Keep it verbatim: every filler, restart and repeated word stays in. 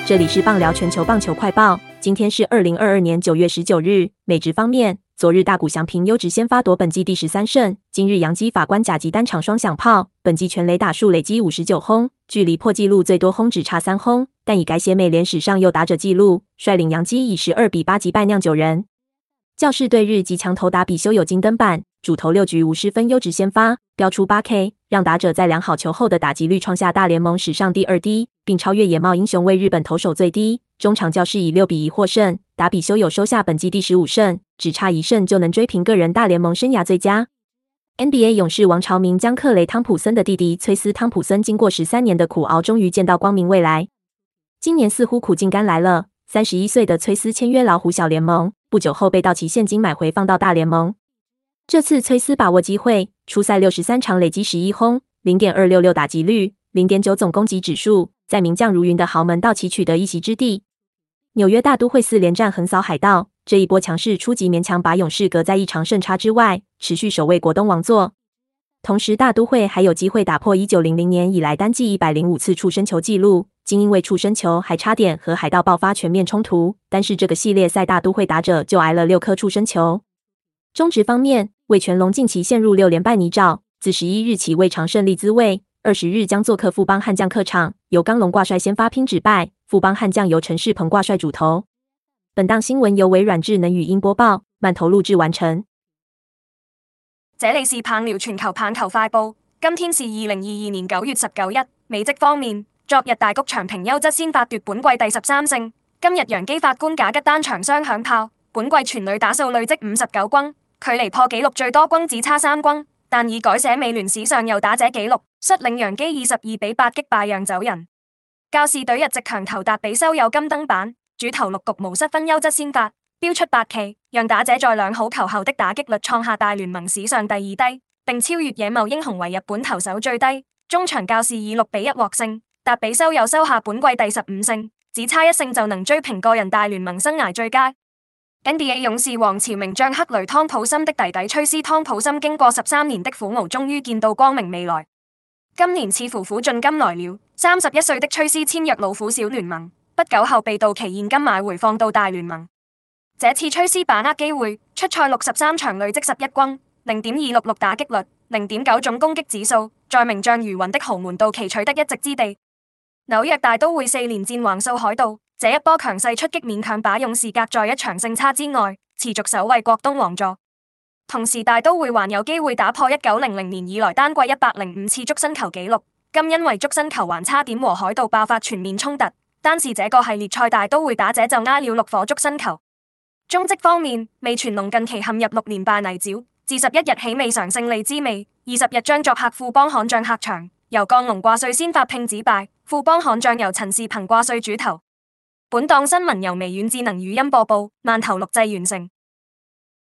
这里是棒聊全球棒球快报，今天是二零二二年九月十九日。美职方面，昨日大谷翔平优质先发夺本季第十三胜，今日洋基法官甲级单场双响炮，本季全垒打数累积五十九轰，距离破纪录最多轰只差三轰，但已改写美联史上右打者纪录，率领洋基以十二比八击败酿酒人。教士对日籍强投打比修有金登板，主投六局无失分优质先发，飙出 八 K， 让打者在量好球后的打击率创下大联盟史上第二低，并超越野茂英雄为日本投手最低。中场教士以六比一获胜，打比修有收下本季第十五胜，只差一胜就能追平个人大联盟生涯最佳。N B A 勇士王朝名将克雷·汤普森的弟弟崔斯·汤普森，经过十三年的苦熬，终于见到光明未来。今年似乎苦尽甘来了，三十一岁的崔斯签约老虎小联盟，不久后被道奇现金买回放到大联盟。这次崔斯把握机会，出赛六十三场累积十一轰 零点二六六 打击率 零点九 总攻击指数，在名将如云的豪门道奇取得一席之地。纽约大都会四连战横扫海盗，这一波强势出击勉强把勇士隔在一场胜差之外，持续守卫国东王座。同时大都会还有机会打破一九零零年以来单季一百零五次触身球纪录，竟因为触身球还差点和海盗爆发全面冲突，但是这个系列赛大都会打者就挨了六颗触身球。中职方面，味全龙近期陷入六连败泥沼，自十一日起未尝胜利滋味，二十日将做客富邦悍将客场，由刚龙挂帅先发拼止败，富邦悍将由陈世鹏挂帅主投。本档新闻由微软智能语音播报，慢投錄製完成。 這裡是棒聊全球棒球快報，今天是二零二二年九月十九日。美職方面，昨日大谷翔平優質先發奪本季第十三勝，今日洋基法官賈吉單場雙響炮，本季全壘打數累積五十九轟，距離破紀錄最多轟只差三轟，但已改寫美聯史上右打者紀錄，率領洋基二十二比八擊敗釀酒人。教士隊日籍強投達比修有金登板，主投六局無失分優質先發，飆出八 K， 讓打者在兩好球後的打擊率創下大聯盟史上第二低，並超越野茂英雄為日本投手最低。中場教士以六比一獲勝，達比修有收下本季第十五勝，只差一勝就能追平個人大聯盟生涯最佳。N B A 勇士王朝名將克雷湯普森的弟弟崔斯湯普森，經過十三年的苦熬，終於見到光明未來。今年似乎苦盡甘來了，三十一歲的崔斯簽約老虎小聯盟，不久後被道奇現金買回放到大聯盟。這次崔斯把握機會，出賽六十三場累積十一轟 零點二六六 打擊率 零點九 總攻擊指數，在名將如雲的豪門道奇取得一席之地。紐約大都會四連戰橫掃海盜，這一波強勢出擊勉強把勇士隔在一場勝差之外，持續守衛國東王座。同時大都會還有機會打破一九零零年以來單季一百零五次觸身球紀錄，今因為觸身球還差點和海盜爆發全面衝突，單是這個系列賽大都會打者就挨了六顆觸身球。中職方面，味全龍近期陷入六連敗泥沼，自十一日起未嘗勝利之味，二十日將作客富邦悍將客場，由降龍掛帥先發拼止敗，富邦悍將由陳士鵬掛帥主投。本檔新聞由微軟智能語音播報，慢投錄製完成。